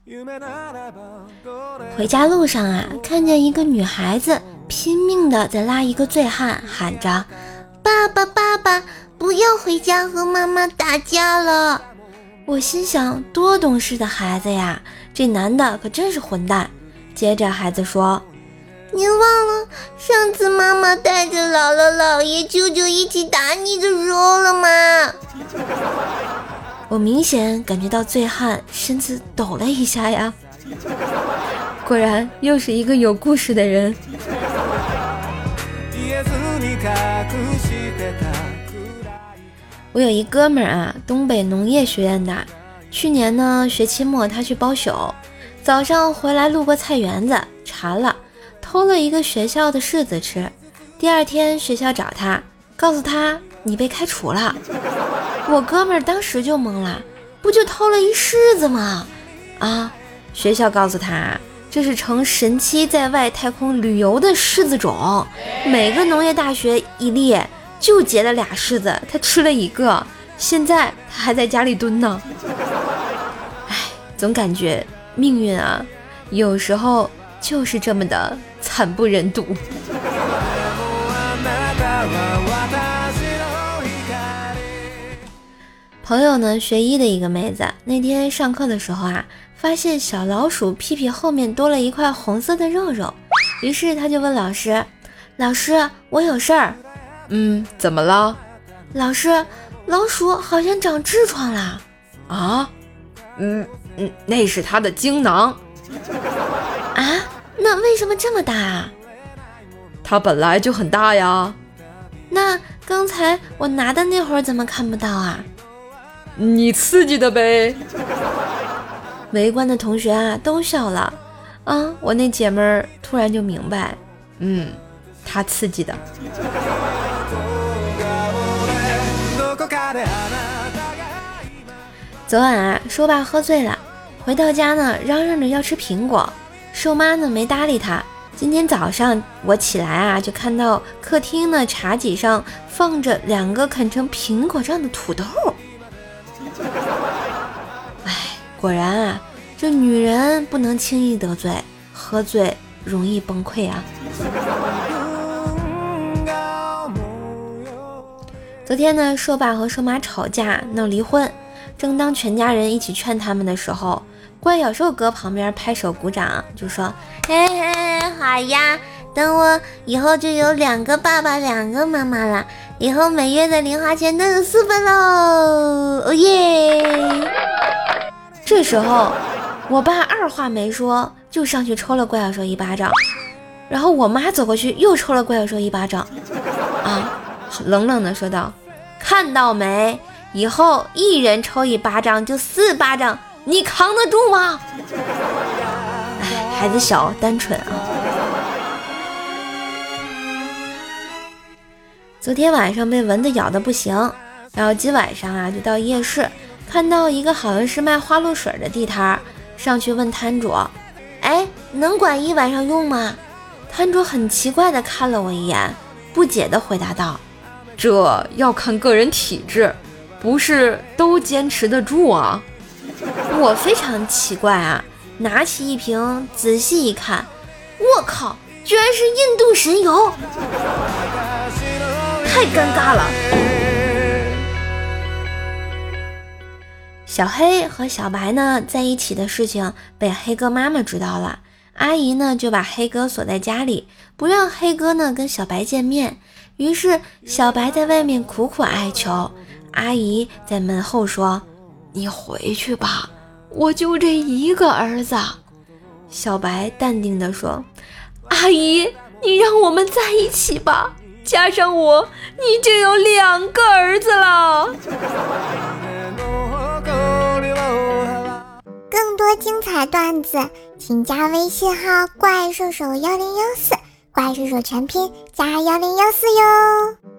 回家路上啊，看见一个女孩子拼命的在拉一个醉汉，喊着爸爸爸爸，不要回家和妈妈打架了。我心想，多懂事的孩子呀，这男的可真是混蛋。接着孩子说，您忘了上次妈妈带着姥姥姥爷舅舅一起打你的时候了吗？我明显感觉到醉汉身子抖了一下呀，果然又是一个有故事的人。我有一哥们儿啊，东北农业学院的，去年呢学期末他去包宿，早上回来路过菜园子，馋了，偷了一个学校的柿子吃。第二天学校找他，告诉他你被开除了。我哥们儿当时就懵了，不就偷了一柿子吗？啊，学校告诉他这是乘神七在外太空旅游的柿子种，每个农业大学一列就结了俩柿子，他吃了一个，现在他还在家里蹲呢。哎，总感觉命运啊，有时候就是这么的惨不忍睹。朋友呢，学医的一个妹子，那天上课的时候啊，发现小老鼠屁屁后面多了一块红色的肉肉，于是他就问老师，老师，我有事儿。 怎么了？ 老师，老鼠好像长痔疮了。 啊？那是它的精囊。 啊？那为什么这么大啊？ 它本来就很大呀。 那刚才我拿的那会儿怎么看不到啊？ 你刺激的呗。 围观的同学啊都笑了。我那姐们儿突然就明白，她刺激的。昨晚啊，瘦爸喝醉了，回到家呢，嚷嚷着要吃苹果，瘦妈呢没搭理他。今天早上我起来啊，就看到客厅的茶几上放着2个啃成苹果状的土豆。哎，果然啊，这女人不能轻易得罪，喝醉容易崩溃啊。昨天呢，瘦爸和瘦妈吵架闹离婚，正当全家人一起劝他们的时候，怪小兽哥旁边拍手鼓掌，就说嘿嘿，好呀，等我以后就有2个爸爸2个妈妈了，以后每月的零花钱都有4分喽，哦耶。这时候我爸二话没说就上去抽了怪小兽一巴掌，然后我妈走过去又抽了怪小兽一巴掌，冷冷的说道，看到没，以后1人抽1巴掌就4巴掌，你扛得住吗？孩子小单纯啊。昨天晚上被蚊子咬得不行，然后今晚上啊就到夜市，看到一个好像是卖花露水的地摊，上去问摊主，能管1晚上用吗？摊主很奇怪的看了我一眼，不解的回答道， 这要看个人体质，不是都坚持得住啊。 我非常奇怪啊，拿起一瓶仔细一看，我靠，居然是印度神油，太尴尬了。小黑和小白呢在一起的事情被黑哥妈妈知道了，阿姨呢就把黑哥锁在家里，不让黑哥呢跟小白见面。于是小白在外面苦苦哀求，阿姨在门后说，你回去吧，我就这1个儿子。小白淡定地说，阿姨，你让我们在一起吧，加上我，你就有2个儿子了。 更多精彩段子请加微信号怪兽手1014，怪兽手全拼加1014哟。